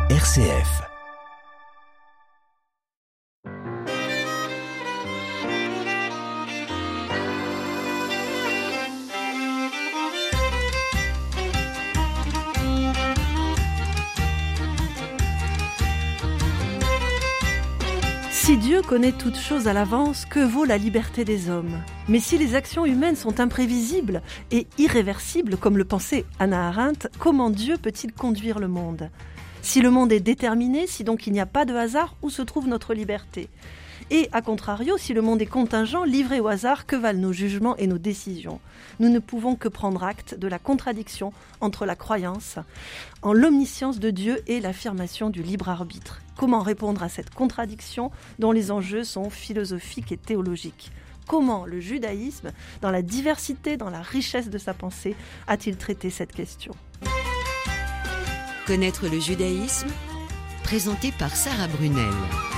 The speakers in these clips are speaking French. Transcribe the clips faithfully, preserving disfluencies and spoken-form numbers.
R C F. Si Dieu connaît toutes choses à l'avance, que vaut la liberté des hommes ? Mais si les actions humaines sont imprévisibles et irréversibles, comme le pensait Hannah Arendt, comment Dieu peut-il conduire le monde ? Si le monde est déterminé, si donc il n'y a pas de hasard, où se trouve notre liberté ? Et, à contrario, si le monde est contingent, livré au hasard, que valent nos jugements et nos décisions ? Nous ne pouvons que prendre acte de la contradiction entre la croyance en l'omniscience de Dieu et l'affirmation du libre arbitre. Comment répondre à cette contradiction dont les enjeux sont philosophiques et théologiques ? Comment le judaïsme, dans la diversité, dans la richesse de sa pensée, a-t-il traité cette question ? Connaître le judaïsme, présenté par Sarah Brunel.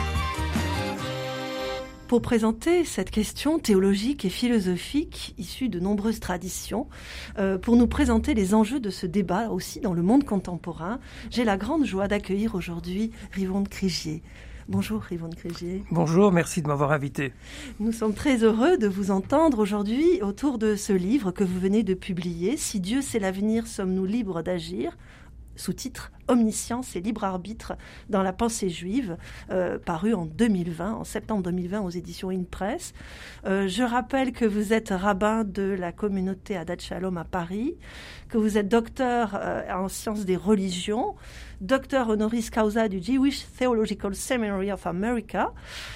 Pour présenter cette question théologique et philosophique issue de nombreuses traditions, euh, pour nous présenter les enjeux de ce débat aussi dans le monde contemporain, j'ai la grande joie d'accueillir aujourd'hui Rivon Krigier. Bonjour Rivon Krigier. Bonjour, merci de m'avoir invité. Nous sommes très heureux de vous entendre aujourd'hui autour de ce livre que vous venez de publier, « Si Dieu sait l'avenir, sommes-nous libres d'agir ?» sous-titre « Omniscience et libre arbitre dans la pensée juive euh, », paru en deux mille vingt, en septembre deux mille vingt aux éditions InPress. Euh, je rappelle que vous êtes rabbin de la communauté Hadat Shalom à Paris, que vous êtes docteur euh, en sciences des religions, docteur honoris causa du Jewish Theological Seminary of America.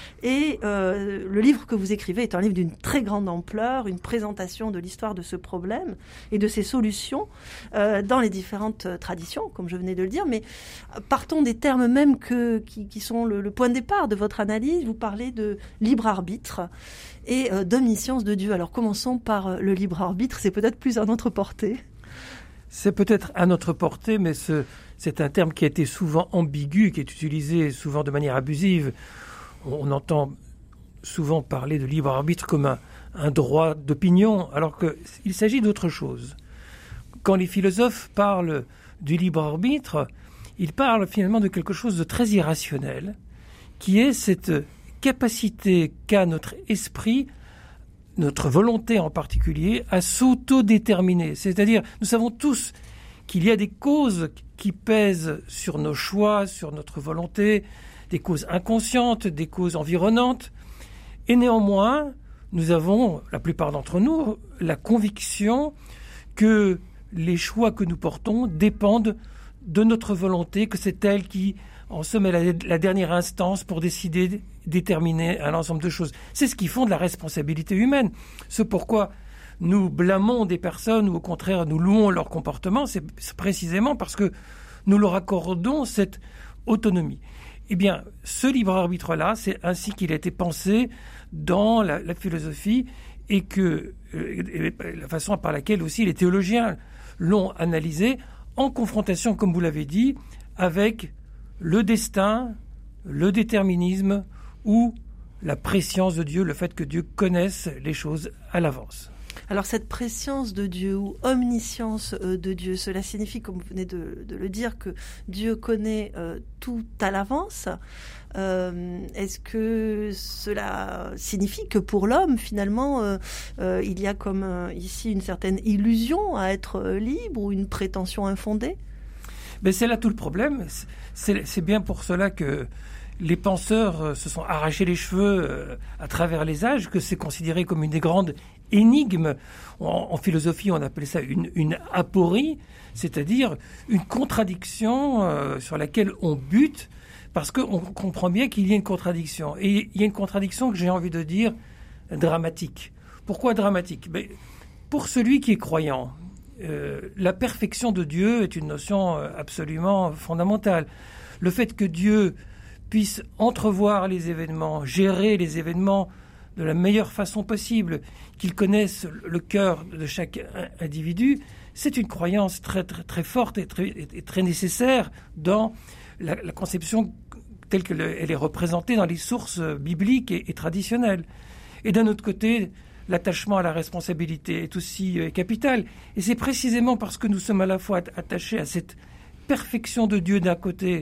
Et euh, le livre que vous écrivez est un livre d'une très grande ampleur, une présentation de l'histoire de ce problème et de ses solutions euh, dans les différentes traditions, comme je venais de le dire. Mais partons des termes même que, qui, qui sont le, le point de départ de votre analyse. Vous parlez de libre arbitre et euh, d'omniscience de Dieu. Alors commençons par le libre arbitre, c'est peut-être plus à notre portée. C'est peut-être à notre portée, mais ce, c'est un terme qui a été souvent ambigu, qui est utilisé souvent de manière abusive. On entend souvent parler de libre arbitre comme un, un droit d'opinion, alors qu'il s'agit d'autre chose. Quand les philosophes parlent du libre arbitre, ils parlent finalement de quelque chose de très irrationnel, qui est cette capacité qu'a notre esprit, notre volonté en particulier, à s'autodéterminer. C'est-à-dire, nous savons tous qu'il y a des causes qui pèsent sur nos choix, sur notre volonté, des causes inconscientes, des causes environnantes. Et néanmoins, nous avons, la plupart d'entre nous, la conviction que les choix que nous portons dépendent de notre volonté, que c'est elle qui, en somme, est la, la dernière instance pour décider, déterminer un ensemble de choses. C'est ce qui fonde la responsabilité humaine. Ce pourquoi nous blâmons des personnes ou au contraire nous louons leur comportement, c'est précisément parce que nous leur accordons cette autonomie. Eh bien, ce libre arbitre-là, c'est ainsi qu'il a été pensé dans la, la philosophie et que euh, et la façon par laquelle aussi les théologiens l'ont analysé en confrontation, comme vous l'avez dit, avec le destin, le déterminisme ou la préscience de Dieu, le fait que Dieu connaisse les choses à l'avance. Alors cette préscience de Dieu ou omniscience euh, de Dieu, cela signifie, comme vous venez de, de le dire, que Dieu connaît euh, tout à l'avance. Euh, est-ce que cela signifie que pour l'homme, finalement, euh, euh, il y a comme euh, ici une certaine illusion à être euh, libre ou une prétention infondée ? Mais c'est là tout le problème. C'est, c'est bien pour cela que les penseurs se sont arrachés les cheveux à travers les âges, que c'est considéré comme une des grandes énigmes. En, en philosophie, on appelle ça une, une aporie, c'est-à-dire une contradiction euh, sur laquelle on bute, parce qu'on comprend bien qu'il y a une contradiction. Et il y a une contradiction que j'ai envie de dire dramatique. Pourquoi dramatique ? Ben, pour celui qui est croyant, euh, la perfection de Dieu est une notion absolument fondamentale. Le fait que Dieu puisse entrevoir les événements, gérer les événements de la meilleure façon possible, qu'il connaisse le cœur de chaque individu, c'est une croyance très, très, très forte et très, et très nécessaire dans la, la conception telle qu'elle est représentée dans les sources bibliques et, et traditionnelles. Et d'un autre côté, l'attachement à la responsabilité est aussi euh, capital. Et c'est précisément parce que nous sommes à la fois attachés à cette perfection de Dieu d'un côté,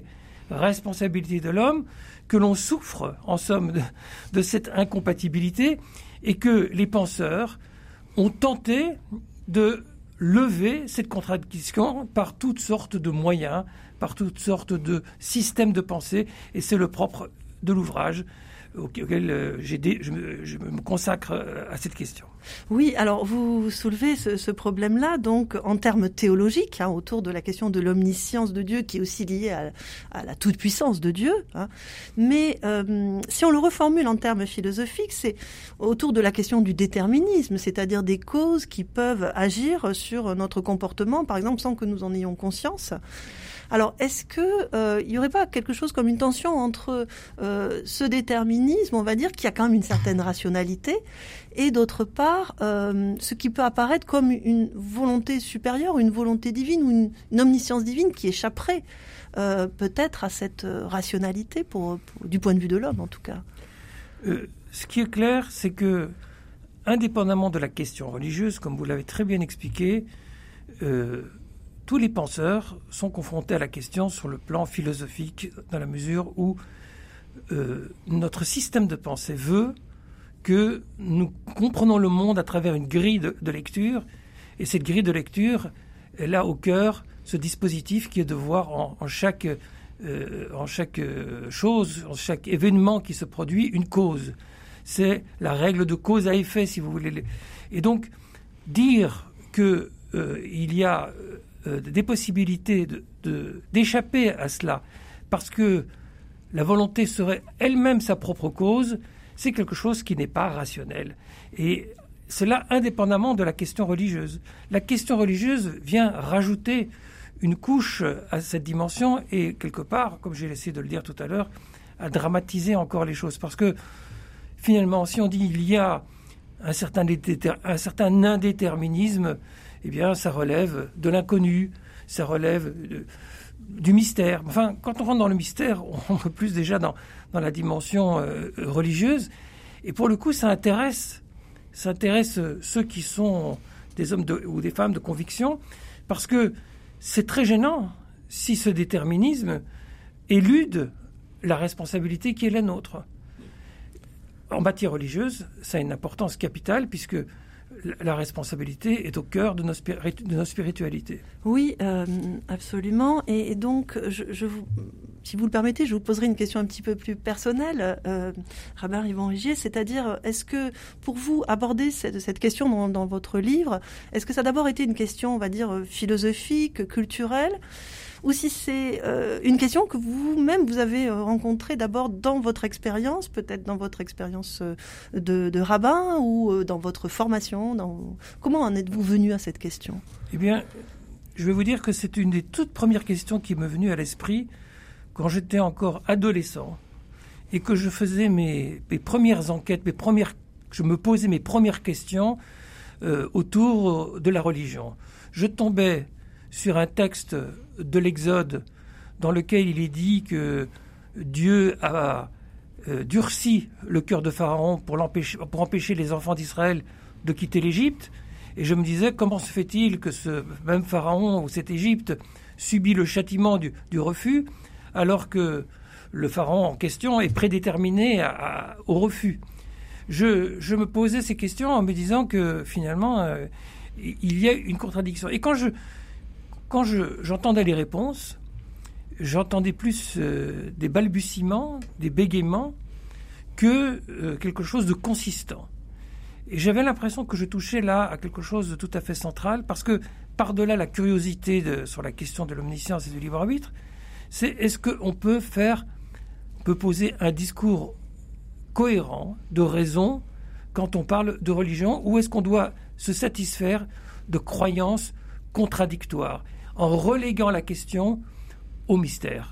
responsabilité de l'homme, que l'on souffre, en somme, de, de cette incompatibilité, et que les penseurs ont tenté de lever cette contradiction par toutes sortes de moyens, par toutes sortes de systèmes de pensée, et c'est le propre de l'ouvrage auquel euh, j'ai dé, je, me, je me consacre à cette question. Oui, alors vous soulevez ce, ce problème-là, donc en termes théologiques, hein, autour de la question de l'omniscience de Dieu, qui est aussi liée à, à la toute-puissance de Dieu. Hein. Mais euh, si on le reformule en termes philosophiques, c'est autour de la question du déterminisme, c'est-à-dire des causes qui peuvent agir sur notre comportement, par exemple, sans que nous en ayons conscience. Alors, est-ce que euh, il y aurait pas quelque chose comme une tension entre euh, ce déterminisme, on va dire, qui a quand même une certaine rationalité, et d'autre part, euh, ce qui peut apparaître comme une volonté supérieure, une volonté divine ou une, une omniscience divine qui échapperait euh, peut-être à cette rationalité, pour, pour, du point de vue de l'homme en tout cas. Euh, ce qui est clair, c'est que, indépendamment de la question religieuse, comme vous l'avez très bien expliqué, euh, tous les penseurs sont confrontés à la question sur le plan philosophique, dans la mesure où euh, notre système de pensée veut que nous comprenons le monde à travers une grille de, de lecture, et cette grille de lecture, elle a au cœur ce dispositif qui est de voir en, en chaque, euh, en chaque chose, en chaque événement qui se produit, une cause. C'est la règle de cause à effet, si vous voulez. Et donc, dire qu'il euh, y a euh, des possibilités de, de, d'échapper à cela, parce que la volonté serait elle-même sa propre cause, c'est quelque chose qui n'est pas rationnel. Et cela indépendamment de la question religieuse. La question religieuse vient rajouter une couche à cette dimension et, quelque part, comme j'ai essayé de le dire tout à l'heure, à dramatiser encore les choses. Parce que, finalement, si on dit qu'il y a un certain, déter- un certain indéterminisme, eh bien, ça relève de l'inconnu, ça relève de, du mystère. Enfin, quand on rentre dans le mystère, on est plus déjà dans, dans la dimension euh, religieuse. Et pour le coup, ça intéresse, ça intéresse ceux qui sont des hommes de, ou des femmes de conviction, parce que c'est très gênant si ce déterminisme élude la responsabilité qui est la nôtre. En matière religieuse, ça a une importance capitale, puisque la responsabilité est au cœur de nos, spiri- de nos spiritualités. Oui, euh, absolument. Et, et donc, je, je vous, si vous le permettez, je vous poserai une question un petit peu plus personnelle, euh, Rabbin Yvan Rigier, c'est-à-dire, est-ce que pour vous aborder cette, cette question dans, dans votre livre, est-ce que ça a d'abord été une question, on va dire, philosophique, culturelle, ou si c'est euh, une question que vous-même vous avez euh, rencontrée d'abord dans votre expérience, peut-être dans votre expérience euh, de, de rabbin ou euh, dans votre formation. Dans... Comment en êtes-vous venu à cette question ? Eh bien, je vais vous dire que c'est une des toutes premières questions qui m'est venue à l'esprit quand j'étais encore adolescent et que je faisais mes, mes premières enquêtes, mes premières, je me posais mes premières questions euh, autour de la religion. Je tombais sur un texte de l'Exode dans lequel il est dit que Dieu a euh, durci le cœur de Pharaon pour, l'empêcher, pour empêcher les enfants d'Israël de quitter l'Égypte. Et je me disais, comment se fait-il que ce même Pharaon ou cette Égypte subit le châtiment du, du refus, alors que le Pharaon en question est prédéterminé à, à, au refus. Je, je me posais ces questions en me disant que finalement, euh, il y a une contradiction. Et quand je... Quand je, j'entendais les réponses, j'entendais plus euh, des balbutiements, des bégaiements, que euh, quelque chose de consistant. Et j'avais l'impression que je touchais là à quelque chose de tout à fait central, parce que par-delà la curiosité de, sur la question de l'omniscience et du libre arbitre, c'est est-ce qu'on peut faire, on peut poser un discours cohérent, de raison, quand on parle de religion, ou est-ce qu'on doit se satisfaire de croyances contradictoires, en reléguant la question au mystère.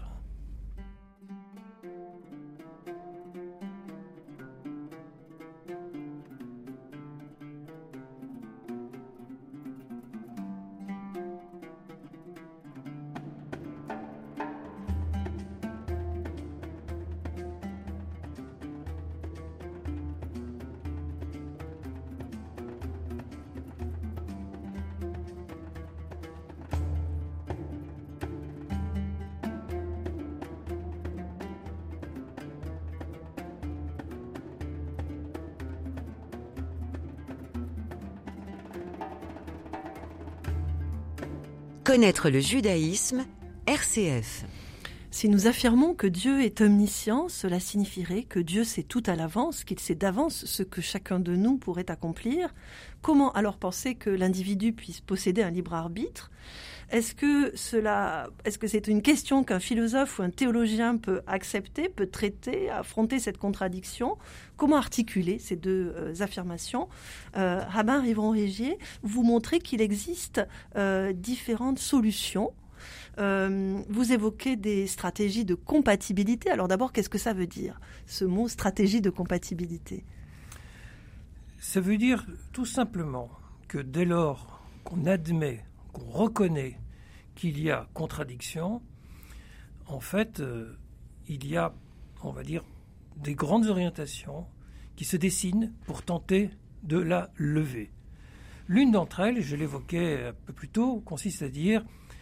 Connaître le judaïsme, R C F. Si nous affirmons que Dieu est omniscient, cela signifierait que Dieu sait tout à l'avance, qu'il sait d'avance ce que chacun de nous pourrait accomplir. Comment alors penser que l'individu puisse posséder un libre arbitre ? Est-ce que cela, est-ce que c'est une question qu'un philosophe ou un théologien peut accepter, peut traiter, affronter cette contradiction ? Comment articuler ces deux euh, affirmations ? euh, Rabbin Rivron-Régier, vous montrez qu'il existe euh, différentes solutions. Euh, vous évoquez des stratégies de compatibilité. Alors d'abord, qu'est-ce que ça veut dire, ce mot stratégie de compatibilité ? Ça veut dire tout simplement que dès lors qu'on admet, qu'on reconnaît qu'il y a contradiction, en fait, euh, il y a, on va dire, des grandes orientations qui se dessinent pour tenter de la lever. L'une d'entre elles, je l'évoquais un peu plus tôt, consiste à dire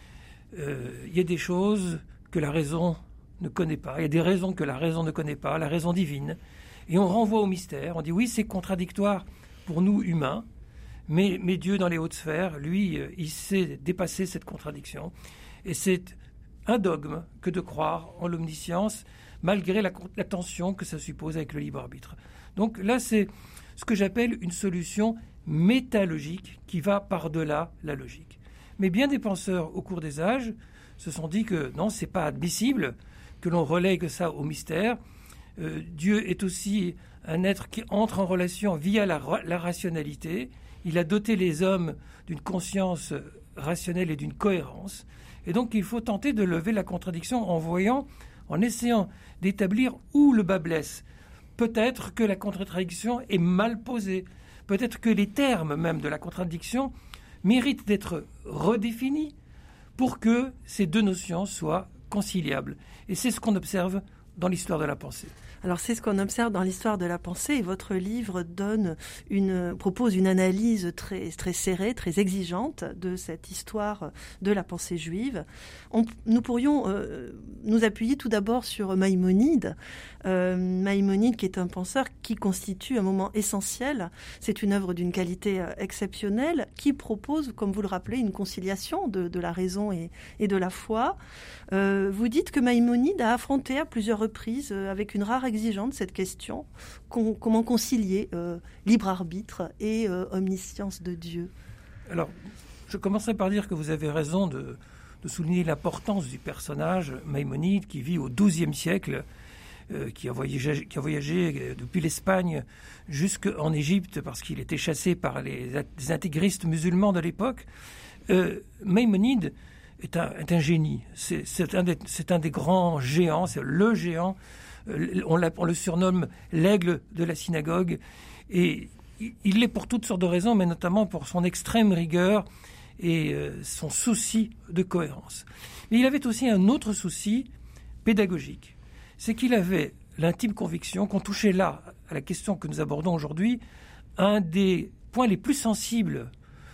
euh, il y a des choses que la raison ne connaît pas, il y a des raisons que la raison ne connaît pas, la raison divine, et on renvoie au mystère. On dit oui, c'est contradictoire pour nous humains, mais, mais Dieu dans les hautes sphères, lui, il sait dépasser cette contradiction. Et c'est un dogme que de croire en l'omniscience, malgré la, la tension que ça suppose avec le libre arbitre. Donc là, c'est ce que j'appelle une solution métalogique qui va par-delà la logique. Mais bien des penseurs au cours des âges se sont dit que non, c'est pas admissible que l'on relègue ça au mystère. Euh, Dieu est aussi un être qui entre en relation via la, la rationalité. Il a doté les hommes d'une conscience rationnelle et d'une cohérence. Et donc, il faut tenter de lever la contradiction en voyant, en essayant d'établir où le bas blesse. Peut-être que la contradiction est mal posée. Peut-être que les termes même de la contradiction méritent d'être redéfinis pour que ces deux notions soient conciliables. Et c'est ce qu'on observe dans l'histoire de la pensée. Alors c'est ce qu'on observe dans l'histoire de la pensée, et votre livre donne une, propose une analyse très, très serrée, très exigeante de cette histoire de la pensée juive. On, nous pourrions euh, nous appuyer tout d'abord sur Maïmonide, euh, Maïmonide qui est un penseur qui constitue un moment essentiel. C'est une œuvre d'une qualité exceptionnelle qui propose, comme vous le rappelez, une conciliation de, de la raison et, et de la foi. Euh, vous dites que Maïmonide a affronté à plusieurs reprises, euh, avec une rare exigente, cette question, com- comment concilier euh, libre arbitre et euh, omniscience de Dieu. Alors, je commencerai par dire que vous avez raison de, de souligner l'importance du personnage Maïmonide qui vit au douzième siècle, euh, qui, a voyagé, qui a voyagé depuis l'Espagne jusqu'en Égypte parce qu'il était chassé par les, les intégristes musulmans de l'époque. Euh, Maïmonide est un, est un génie. C'est, c'est, un des, c'est un des grands géants, c'est le géant. Euh, on, on le surnomme l'aigle de la synagogue. Et il l'est pour toutes sortes de raisons, mais notamment pour son extrême rigueur et euh, son souci de cohérence. Mais il avait aussi un autre souci pédagogique. C'est qu'il avait l'intime conviction qu'on touchait là, à la question que nous abordons aujourd'hui, un des points les plus sensibles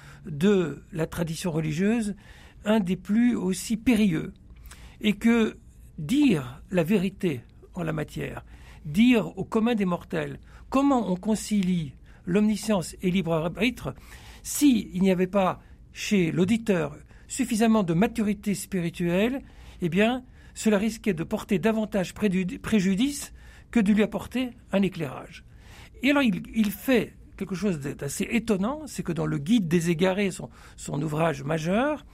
de la tradition religieuse, un des plus aussi périlleux, et que dire la vérité en la matière, dire au commun des mortels comment on concilie l'omniscience et libre arbitre, s'il n'y avait pas chez l'auditeur suffisamment de maturité spirituelle, eh bien, cela risquait de porter davantage préjudice que de lui apporter un éclairage. Et alors, il, il fait quelque chose d'assez étonnant, c'est que dans le Guide des égarés, son, son ouvrage majeur,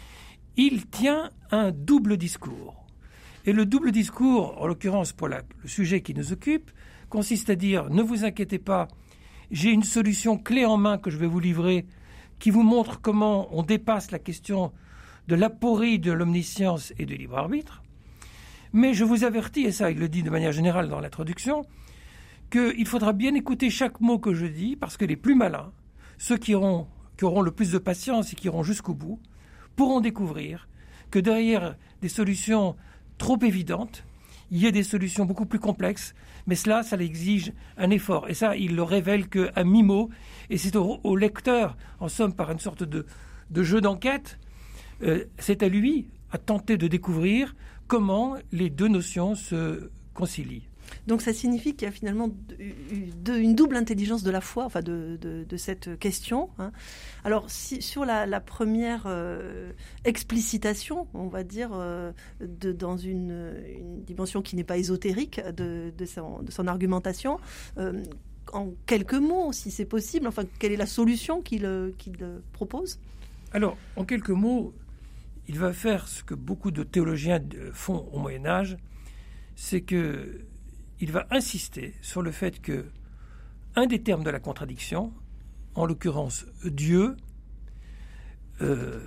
il tient un double discours. Et le double discours, en l'occurrence pour la, le sujet qui nous occupe, consiste à dire « Ne vous inquiétez pas, j'ai une solution clé en main que je vais vous livrer qui vous montre comment on dépasse la question de l'aporie de l'omniscience et du libre arbitre. Mais je vous avertis, et ça il le dit de manière générale dans l'introduction, qu'il faudra bien écouter chaque mot que je dis parce que les plus malins, ceux qui auront, qui auront le plus de patience et qui iront jusqu'au bout, pourront découvrir que derrière des solutions trop évidentes, il y a des solutions beaucoup plus complexes, mais cela, ça exige un effort. Et ça, il le révèle qu'à mi-mot, et c'est au, au lecteur, en somme, par une sorte de, de jeu d'enquête, euh, c'est à lui à tenter de découvrir comment les deux notions se concilient. Donc ça signifie qu'il y a finalement de, une double intelligence de la foi, enfin de, de, de cette question. Hein. Alors si, sur la, la première euh, explicitation, on va dire, euh, de, dans une, une dimension qui n'est pas ésotérique de, de, son, de son argumentation, euh, en quelques mots, si c'est possible, enfin quelle est la solution qu'il, qu'il propose ? Alors, en quelques mots, il va faire ce que beaucoup de théologiens font au Moyen-Âge, c'est que il va insister sur le fait que un des termes de la contradiction, en l'occurrence Dieu, euh,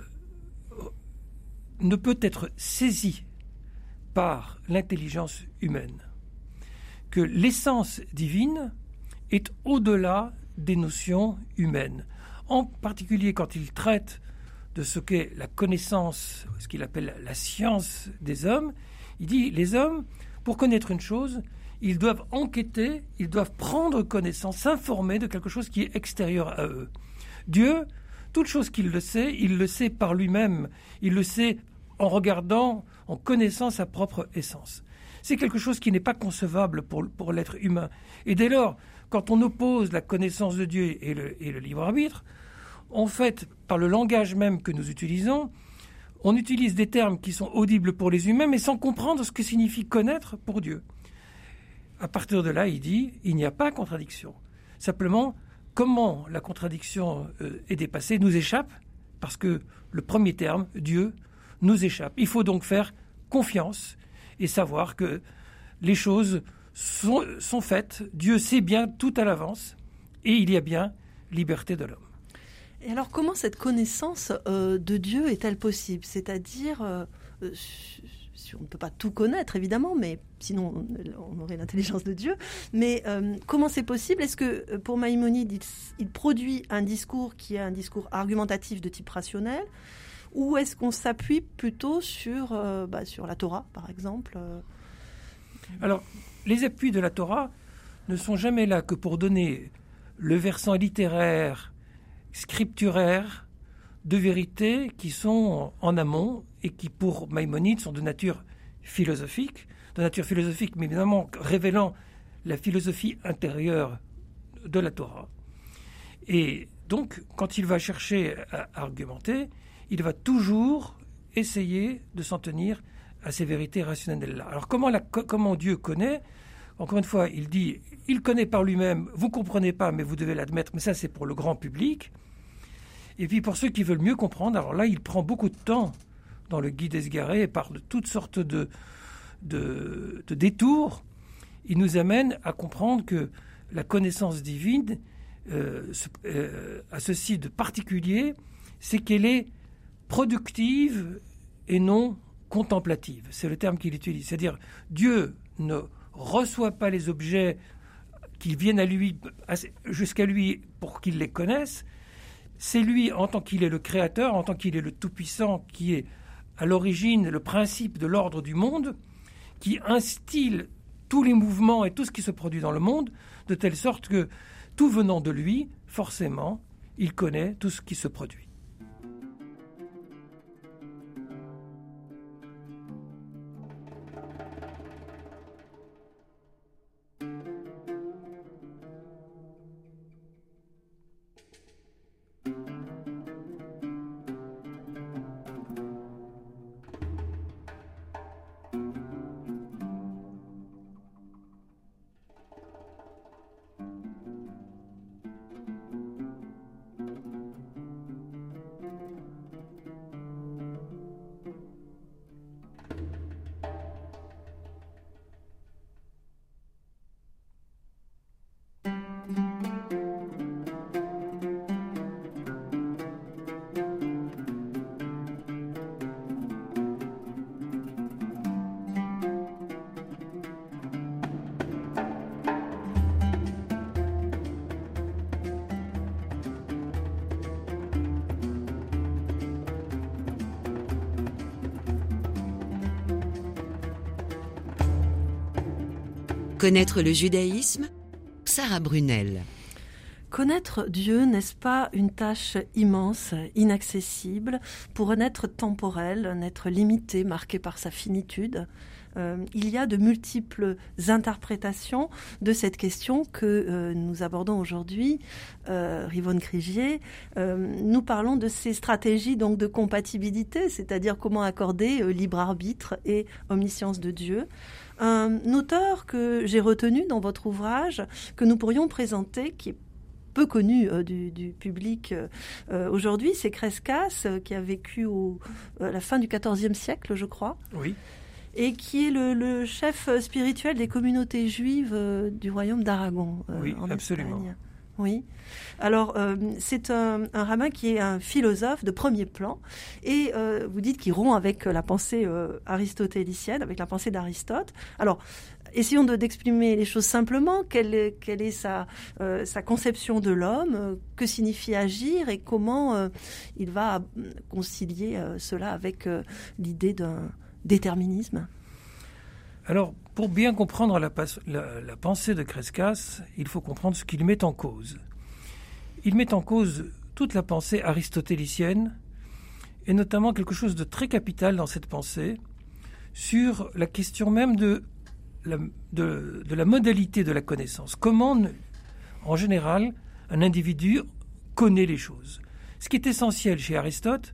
ne peut être saisi par l'intelligence humaine, que l'essence divine est au-delà des notions humaines, en particulier quand il traite de ce qu'est la connaissance, ce qu'il appelle la science des hommes. Il dit, les hommes, pour connaître une chose, ils doivent enquêter, ils doivent prendre connaissance, s'informer de quelque chose qui est extérieur à eux. Dieu, toute chose qu'il le sait, il le sait par lui-même. Il le sait en regardant, en connaissant sa propre essence. C'est quelque chose qui n'est pas concevable pour, pour l'être humain. Et dès lors, quand on oppose la connaissance de Dieu et le, et le libre arbitre, en fait, par le langage même que nous utilisons, on utilise des termes qui sont audibles pour les humains, mais sans comprendre ce que signifie connaître pour Dieu. À partir de là, il dit, il n'y a pas contradiction. Simplement, comment la contradiction euh, est dépassée nous échappe, parce que le premier terme, Dieu, nous échappe. Il faut donc faire confiance et savoir que les choses sont, sont faites. Dieu sait bien tout à l'avance, et il y a bien liberté de l'homme. Et alors, comment cette connaissance euh, de Dieu est-elle possible ? C'est-à-dire, euh, euh, on ne peut pas tout connaître, évidemment, mais sinon on aurait l'intelligence de Dieu. Mais euh, comment c'est possible ? Est-ce que pour Maïmonide, il, il produit un discours qui est un discours argumentatif de type rationnel ? Ou est-ce qu'on s'appuie plutôt sur, euh, bah, sur la Torah, par exemple ? euh... Alors, les appuis de la Torah ne sont jamais là que pour donner le versant littéraire, scripturaire, de vérités qui sont en amont et qui, pour Maïmonide, sont de nature philosophique, de nature philosophique, mais évidemment révélant la philosophie intérieure de la Torah. Et donc, quand il va chercher à argumenter, il va toujours essayer de s'en tenir à ces vérités rationnelles-là. Alors, comment, la, comment Dieu connaît ? Encore une fois, il dit, il connaît par lui-même, vous ne comprenez pas, mais vous devez l'admettre, mais ça, c'est pour le grand public. Et puis, pour ceux qui veulent mieux comprendre, alors là, il prend beaucoup de temps dans le Guide Esgarré et par de toutes sortes de, de, de détours. Il nous amène à comprendre que la connaissance divine euh, euh, a ceci de particulier, c'est qu'elle est productive et non contemplative. C'est le terme qu'il utilise. C'est-à-dire, Dieu ne reçoit pas les objets qui viennent à lui, jusqu'à lui pour qu'il les connaisse. C'est lui, en tant qu'il est le créateur, en tant qu'il est le tout-puissant, qui est à l'origine le principe de l'ordre du monde, qui instille tous les mouvements et tout ce qui se produit dans le monde, de telle sorte que, tout venant de lui, forcément, il connaît tout ce qui se produit. Connaître le judaïsme, Sarah Brunel. Connaître Dieu, n'est-ce pas une tâche immense, inaccessible, pour un être temporel, un être limité, marqué par sa finitude? Euh, il y a de multiples interprétations de cette question que euh, nous abordons aujourd'hui. Euh, Rivonne Krigier, euh, nous parlons de ces stratégies donc de compatibilité, c'est-à-dire comment accorder euh, libre arbitre et omniscience de Dieu. Un auteur que j'ai retenu dans votre ouvrage, que nous pourrions présenter, qui est peu connu euh, du, du public euh, aujourd'hui, c'est Crescas, euh, qui a vécu au, à la fin du quatorzième siècle, je crois. Oui. Et qui est le, le chef spirituel des communautés juives euh, du royaume d'Aragon, euh, oui, en absolument. Espagne. Oui. Alors, euh, c'est un, un rabbin qui est un philosophe de premier plan, et euh, vous dites qu'il rompt avec la pensée euh, aristotélicienne, avec la pensée d'Aristote. Alors, essayons de, d'exprimer les choses simplement. Quelle est, quelle est sa, euh, sa conception de l'homme, euh, que signifie agir, et comment euh, il va concilier euh, cela avec euh, l'idée d'un déterminisme? Alors, pour bien comprendre la, la, la pensée de Crescas, il faut comprendre ce qu'il met en cause. Il met en cause toute la pensée aristotélicienne, et notamment quelque chose de très capital dans cette pensée, sur la question même de la, de, de la modalité de la connaissance. Comment, en général, un individu connaît les choses. Ce qui est essentiel chez Aristote,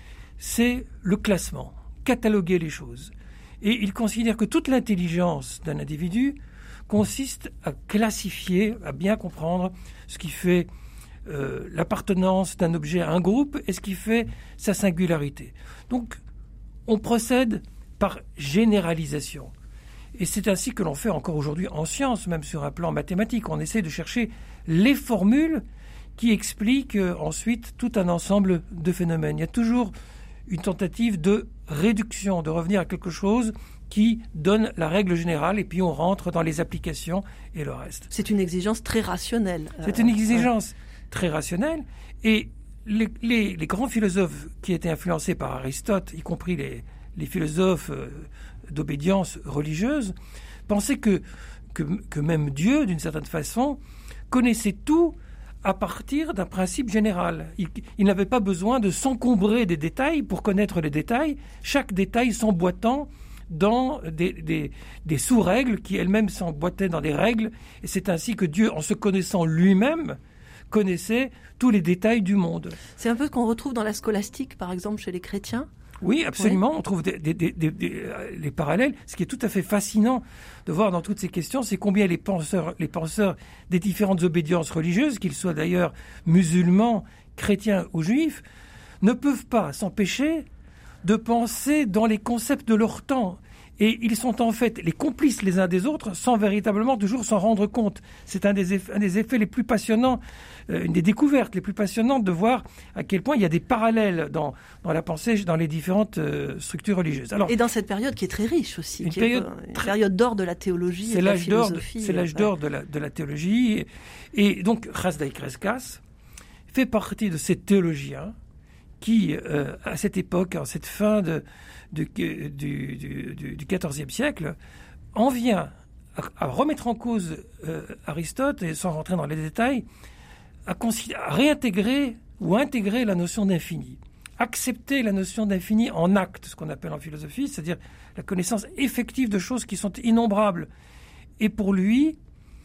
c'est le classement, cataloguer les choses. Et il considère que toute l'intelligence d'un individu consiste à classifier, à bien comprendre ce qui fait euh, l'appartenance d'un objet à un groupe et ce qui fait sa singularité. Donc, on procède par généralisation. Et c'est ainsi que l'on fait encore aujourd'hui en sciences, même sur un plan mathématique. On essaie de chercher les formules qui expliquent euh, ensuite tout un ensemble de phénomènes. Il y a toujours une tentative de réduction, de revenir à quelque chose qui donne la règle générale, et puis on rentre dans les applications et le reste. C'est une exigence très rationnelle. C'est une exigence euh, très rationnelle, et les, les, les grands philosophes qui étaient influencés par Aristote, y compris les, les philosophes euh, d'obédience religieuse, pensaient que, que, que même Dieu, d'une certaine façon, connaissait tout à partir d'un principe général. Il, il n'avait pas besoin de s'encombrer des détails pour connaître les détails, chaque détail s'emboîtant dans des, des, des sous-règles qui elles-mêmes s'emboîtaient dans des règles, et c'est ainsi que Dieu, en se connaissant lui-même, connaissait tous les détails du monde. C'est un peu ce qu'on retrouve dans la scolastique, par exemple, chez les chrétiens. Oui, absolument. Oui. On trouve des, des, des, des, des, les parallèles. Ce qui est tout à fait fascinant de voir dans toutes ces questions, c'est combien les penseurs, les penseurs des différentes obédiences religieuses, qu'ils soient d'ailleurs musulmans, chrétiens ou juifs, ne peuvent pas s'empêcher de penser dans les concepts de leur temps. Et ils sont en fait les complices les uns des autres sans véritablement toujours s'en rendre compte. C'est un des effets, un des effets les plus passionnants, euh, une des découvertes les plus passionnantes de voir à quel point il y a des parallèles dans, dans la pensée, dans les différentes euh, structures religieuses. Alors, et dans cette période qui est très riche aussi, une qui période, est une très... période d'or de la théologie et de la philosophie. C'est l'âge d'or de la, de la théologie. Et, et donc, Chasdai Crescas fait partie de ces théologiens qui, euh, à cette époque, en cette fin de, de, du, du, du, du quatorzième siècle, en vient à, à remettre en cause euh, Aristote, et sans rentrer dans les détails, à, à réintégrer ou intégrer la notion d'infini. Accepter la notion d'infini en acte, ce qu'on appelle en philosophie, c'est-à-dire la connaissance effective de choses qui sont innombrables. Et pour lui,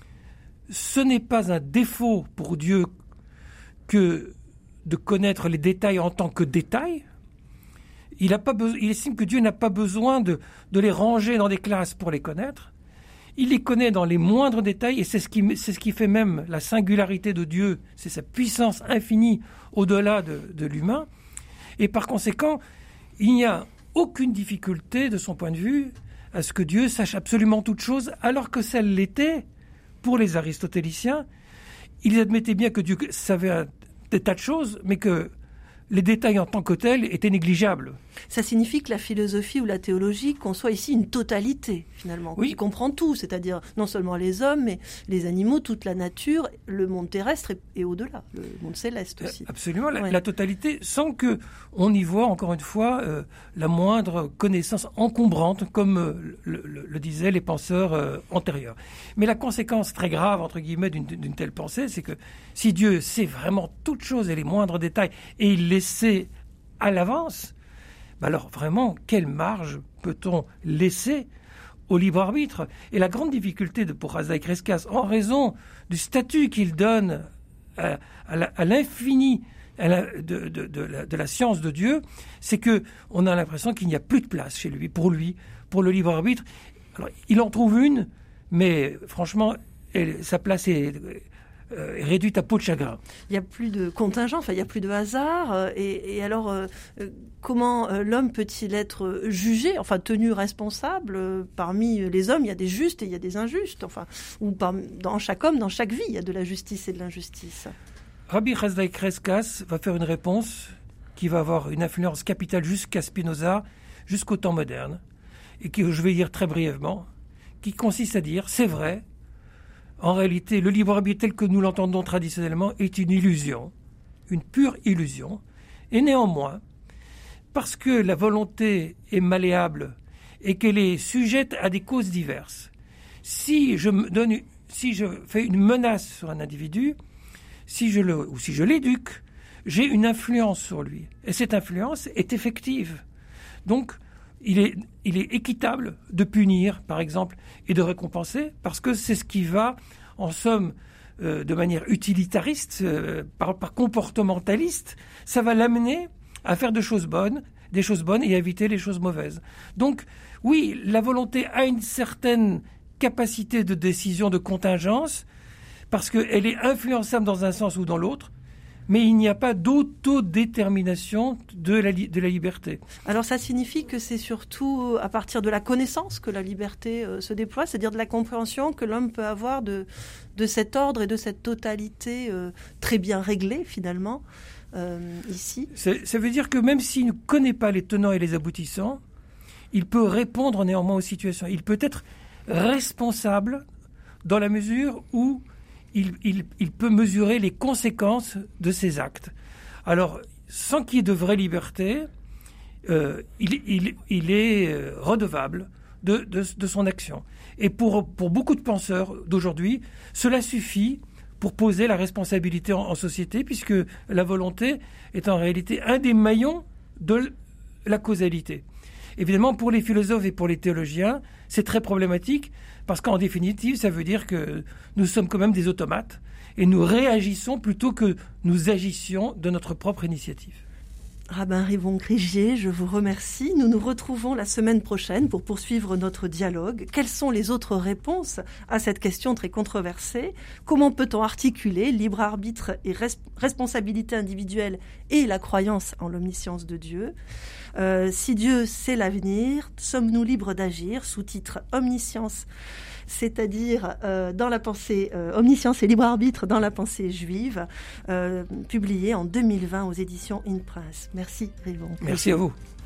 ce n'est pas un défaut pour Dieu que de connaître les détails en tant que détails. Il, a pas be- il estime que Dieu n'a pas besoin de, de les ranger dans des classes pour les connaître. Il les connaît dans les moindres détails, et c'est ce qui, c'est ce qui fait même la singularité de Dieu, c'est sa puissance infinie au-delà de, de l'humain. Et par conséquent, il n'y a aucune difficulté de son point de vue à ce que Dieu sache absolument toute chose, alors que ça l'était pour les aristotéliciens. Ils admettaient bien que Dieu savait un des tas de choses, mais que les détails en tant que tels étaient négligeables. Ça signifie que la philosophie ou la théologie conçoit ici une totalité, finalement, oui. qui comprend tout, c'est-à-dire non seulement les hommes, mais les animaux, toute la nature, le monde terrestre et, et au-delà, le monde céleste aussi. Absolument, la, ouais. la totalité, sans que on y voit, encore une fois, euh, la moindre connaissance encombrante, comme euh, le, le, le disaient les penseurs euh, antérieurs. Mais la conséquence très grave, entre guillemets, d'une, d'une telle pensée, c'est que si Dieu sait vraiment toutes choses et les moindres détails, et il les sait à l'avance, alors vraiment, quelle marge peut-on laisser au libre arbitre? Et la grande difficulté de, pour Razaï Crescas, en raison du statut qu'il donne à, à, la, à l'infini à la, de, de, de, la, de la science de Dieu, c'est qu'on a l'impression qu'il n'y a plus de place chez lui, pour lui, pour le libre arbitre. Alors, il en trouve une, mais franchement, elle, sa place est... Euh, réduite à peau de chagrin. Il n'y a plus de contingent, enfin il n'y a plus de hasard. Euh, et, et alors, euh, comment euh, l'homme peut-il être jugé, enfin tenu responsable euh, parmi les hommes? Il y a des justes et il y a des injustes. Enfin, ou par, dans chaque homme, dans chaque vie, il y a de la justice et de l'injustice. Rabbi Razaï Crescas va faire une réponse qui va avoir une influence capitale jusqu'à Spinoza, jusqu'au temps moderne, et que je vais dire très brièvement, qui consiste à dire, c'est vrai, en réalité, le libre arbitre tel que nous l'entendons traditionnellement est une illusion, une pure illusion. Et néanmoins, parce que la volonté est malléable et qu'elle est sujette à des causes diverses, si je me donne, si je fais une menace sur un individu, si je le, ou si je l'éduque, j'ai une influence sur lui. Et cette influence est effective. Donc, il est, il est équitable de punir, par exemple, et de récompenser, parce que c'est ce qui va, en somme, euh, de manière utilitariste, euh, par, par comportementaliste, ça va l'amener à faire de choses bonnes, des choses bonnes et à éviter les choses mauvaises. Donc, oui, la volonté a une certaine capacité de décision, de contingence, parce qu'elle est influençable dans un sens ou dans l'autre, mais il n'y a pas d'autodétermination de la, li- de la liberté. Alors ça signifie que c'est surtout à partir de la connaissance que la liberté euh, se déploie, c'est-à-dire de la compréhension que l'homme peut avoir de, de cet ordre et de cette totalité euh, très bien réglée finalement, euh, ici. C'est, ça veut dire que même s'il ne connaît pas les tenants et les aboutissants, il peut répondre néanmoins aux situations. Il peut être responsable dans la mesure où Il, il, il peut mesurer les conséquences de ses actes. Alors, sans qu'il y ait de vraie liberté, euh, il, il, il est redevable de, de, de son action. Et pour, pour beaucoup de penseurs d'aujourd'hui, cela suffit pour poser la responsabilité en, en société, puisque la volonté est en réalité un des maillons de la causalité. Évidemment, pour les philosophes et pour les théologiens, c'est très problématique, parce qu'en définitive, ça veut dire que nous sommes quand même des automates et nous réagissons plutôt que nous agissions de notre propre initiative. Rabbin Rivon Grigier, je vous remercie. Nous nous retrouvons la semaine prochaine pour poursuivre notre dialogue. Quelles sont les autres réponses à cette question très controversée? Comment peut-on articuler libre arbitre et res- responsabilité individuelle et la croyance en l'omniscience de Dieu? Euh, si Dieu sait l'avenir, sommes-nous libres d'agir? Sous-titre Omniscience, c'est-à-dire euh, dans la pensée euh, Omniscience et libre arbitre dans la pensée juive, euh, publié en deux mille vingt aux éditions In Prince. Merci Rivon. Merci à vous.